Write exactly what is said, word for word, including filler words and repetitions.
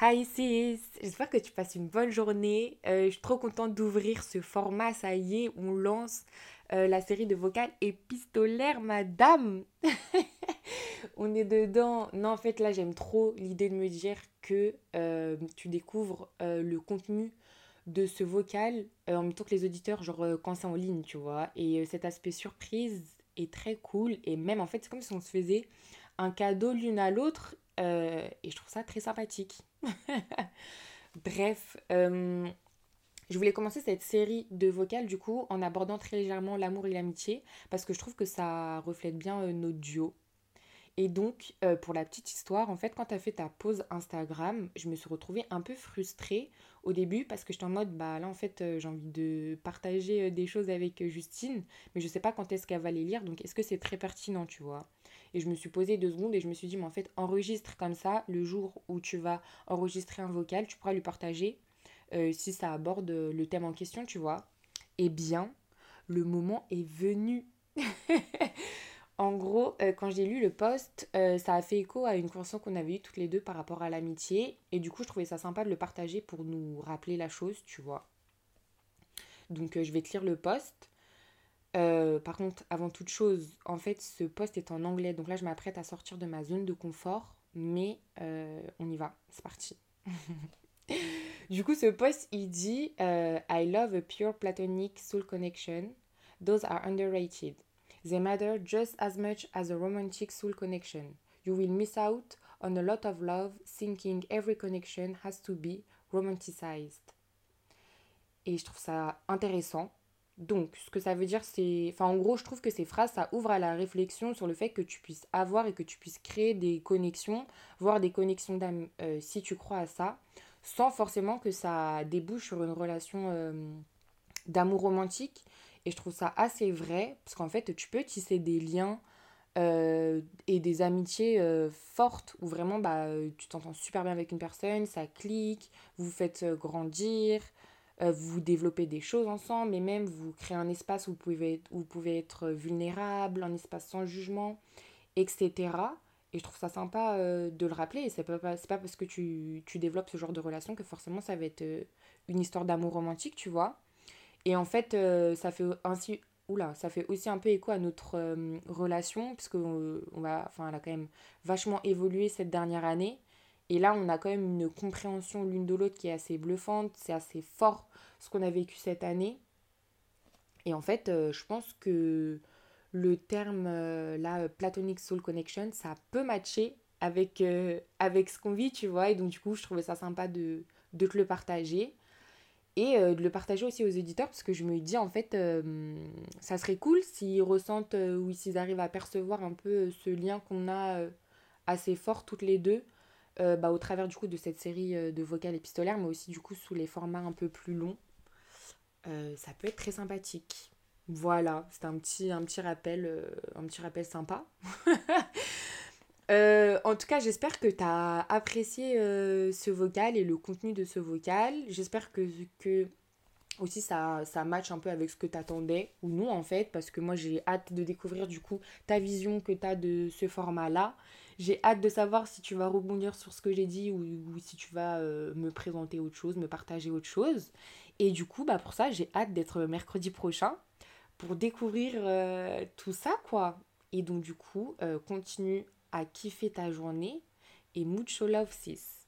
Hi sis, j'espère que tu passes une bonne journée. Euh, je suis trop contente d'ouvrir ce format, ça y est, on lance euh, la série de vocales épistolaires, madame. On est dedans. Non, en fait, là, j'aime trop l'idée de me dire que euh, tu découvres euh, le contenu de ce vocal euh, en même temps que les auditeurs, genre euh, quand c'est en ligne, tu vois. Et euh, cet aspect surprise est très cool. Et même, en fait, c'est comme si on se faisait un cadeau l'une à l'autre. Euh, et je trouve ça très sympathique. Bref, euh, je voulais commencer cette série de vocales du coup en abordant très légèrement l'amour et l'amitié parce que je trouve que ça reflète bien euh, notre duo. Et donc, euh, pour la petite histoire, en fait, quand tu as fait ta pause Instagram, je me suis retrouvée un peu frustrée au début parce que j'étais en mode, bah là, en fait, euh, j'ai envie de partager euh, des choses avec euh, Justine, mais je sais pas quand est-ce qu'elle va les lire, donc est-ce que c'est très pertinent, tu vois. Et je me suis posée deux secondes et je me suis dit, mais en fait, enregistre comme ça, le jour où tu vas enregistrer un vocal, tu pourras lui partager euh, si ça aborde euh, le thème en question, tu vois. Eh bien, le moment est venu. En gros, euh, quand j'ai lu le post, euh, ça a fait écho à une conversation qu'on avait eue toutes les deux par rapport à l'amitié. Et du coup, je trouvais ça sympa de le partager pour nous rappeler la chose, tu vois. Donc, euh, je vais te lire le post. Euh, par contre, avant toute chose, en fait, ce post est en anglais. Donc là, je m'apprête à sortir de ma zone de confort. Mais euh, on y va, c'est parti. Du coup, ce post, il dit euh, I love a pure platonic soul connection. Those are underrated. They matter just as much as a romantic soul connection. You will miss out on a lot of love thinking every connection has to be romanticized. Et je trouve ça intéressant. Donc, ce que ça veut dire, c'est... Enfin, en gros, je trouve que ces phrases, ça ouvre à la réflexion sur le fait que tu puisses avoir et que tu puisses créer des connexions, voire des connexions d'âme, euh, si tu crois à ça, sans forcément que ça débouche sur une relation euh, d'amour romantique. Et je trouve ça assez vrai, parce qu'en fait, tu peux tisser des liens euh, et des amitiés euh, fortes, où vraiment, bah, euh, tu t'entends super bien avec une personne, ça clique, vous vous faites euh, grandir, euh, vous développez des choses ensemble, et même vous créez un espace où vous pouvez être, où vous pouvez être vulnérable, un espace sans jugement, et cetera. Et je trouve ça sympa euh, de le rappeler. Et c'est pas, c'est pas parce que tu, tu développes ce genre de relation que forcément ça va être euh, une histoire d'amour romantique, tu vois. Et en fait, euh, ça fait ainsi. Oula, ça fait aussi un peu écho à notre euh, relation, parce qu'on on va, enfin, elle a quand même vachement évolué cette dernière année. Et là, on a quand même une compréhension l'une de l'autre qui est assez bluffante, c'est assez fort ce qu'on a vécu cette année. Et en fait, euh, je pense que le terme, euh, là, euh, Platonic Soul Connection, ça peut matcher avec, euh, avec ce qu'on vit, tu vois. Et donc, du coup, je trouvais ça sympa de, de te le partager. Et euh, de le partager aussi aux éditeurs, parce que je me dis, en fait, euh, ça serait cool s'ils ressentent euh, ou s'ils arrivent à percevoir un peu euh, ce lien qu'on a euh, assez fort toutes les deux, euh, bah, au travers du coup de cette série euh, de vocales épistolaires, mais aussi du coup sous les formats un peu plus longs. Euh, ça peut être très sympathique. Voilà, c'était un petit, un petit rappel, euh, un petit rappel sympa. Euh, en tout cas, j'espère que tu as apprécié euh, ce vocal et le contenu de ce vocal. J'espère que, que aussi ça, ça match un peu avec ce que tu attendais ou non en fait, parce que moi j'ai hâte de découvrir du coup ta vision que tu as de ce format-là. J'ai hâte de savoir si tu vas rebondir sur ce que j'ai dit ou, ou si tu vas euh, me présenter autre chose, me partager autre chose. Et du coup, bah pour ça, j'ai hâte d'être mercredi prochain pour découvrir euh, tout ça, quoi. Et donc, du coup, euh, continue à kiffer ta journée et mucho love, sis.